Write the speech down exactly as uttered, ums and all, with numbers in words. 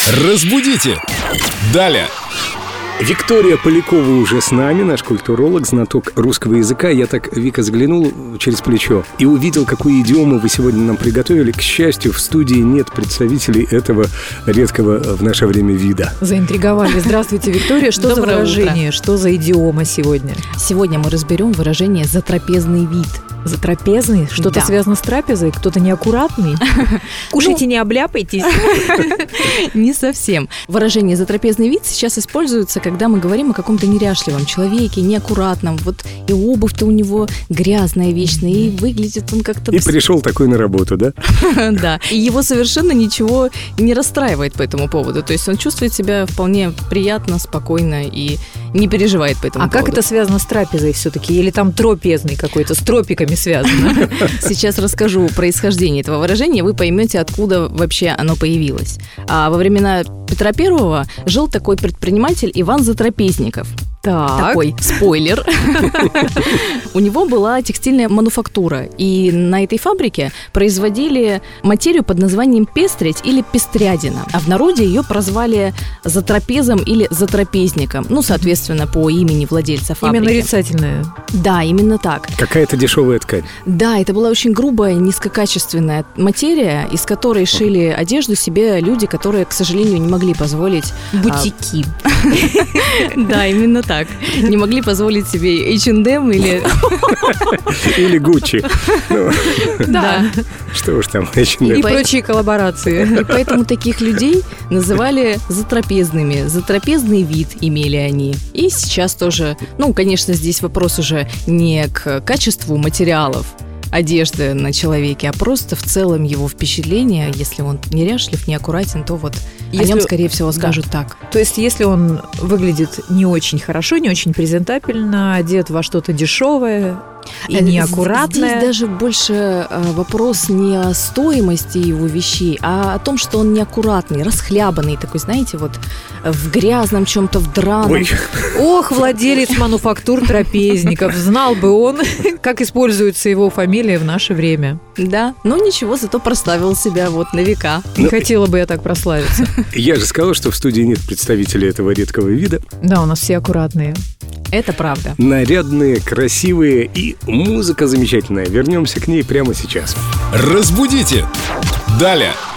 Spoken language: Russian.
Разбудите! Далее! Виктория Полякова уже с нами, наш культуролог, знаток русского языка. Я так, Вика, заглянул через плечо и увидел, какую идиому вы сегодня нам приготовили. К счастью, в студии нет представителей этого редкого в наше время вида. Заинтриговали. Здравствуйте, Виктория. Что за Доброе выражение, утро. что за идиома сегодня? Сегодня мы разберем выражение «затрапезный вид». Затрапезный? Что-то Да. связано с трапезой? Кто-то неаккуратный? Кушайте, не обляпайтесь. Не совсем. Выражение «затрапезный вид» сейчас используется, когда мы говорим о каком-то неряшливом человеке, неаккуратном. Вот и обувь-то у него грязная вечно, и выглядит он как-то... И пришел такой на работу, да? Да. И его совершенно ничего не расстраивает по этому поводу. То есть он чувствует себя вполне приятно, спокойно и не переживает по этому А поводу. как это связано с трапезой все-таки? Или там тропезный какой-то, с тропиками связано? Сейчас расскажу происхождение этого выражения, вы поймете, откуда вообще оно появилось. А во времена Петра Первого жил такой предприниматель Иван Затрапезников. Так. Такой спойлер. У него была текстильная мануфактура, и на этой фабрике производили материю под названием пестрядь или пестрядина, а в народе ее прозвали затрапезом или затрапезником, ну, соответственно, по имени владельца фабрики. Имя нарицательное. Да, именно так. Какая-то дешевая ткань. Да, это была очень грубая, низкокачественная материя, из которой шили одежду себе люди, которые, к сожалению, не могли позволить... Бутики. Да, именно так. Не могли позволить себе эйч энд эм или... Или Гуччи. Ну, Да. что уж там, эйч энд И эм. прочие коллаборации. И поэтому таких людей называли затрапезными. Затрапезный вид имели они. И сейчас тоже... Ну, конечно, здесь вопрос уже не к качеству материалов одежды на человеке, а просто в целом его впечатление. Если он неряшлив, неаккуратен, то вот Если- о нем, скорее всего, Да. скажут так. То есть, если он выглядит не очень хорошо, не очень презентабельно, одет во что-то дешевое и Э, неаккуратное. Здесь даже больше э, вопрос не о стоимости его вещей, а о том, что он неаккуратный, расхлябанный такой, знаете, вот э, в грязном чем-то, в драном. Ой, Ох, владелец мануфактур трапезников. Знал бы он, как используется его фамилия в наше время. Да, но ничего, зато прославил себя вот на века. Не хотела бы я так прославиться. я же сказал, что в студии нет представителей этого редкого вида. Да, у нас все аккуратные. Это правда. Нарядные, красивые и музыка замечательная. Вернемся к ней прямо сейчас. Разбудите! Далее!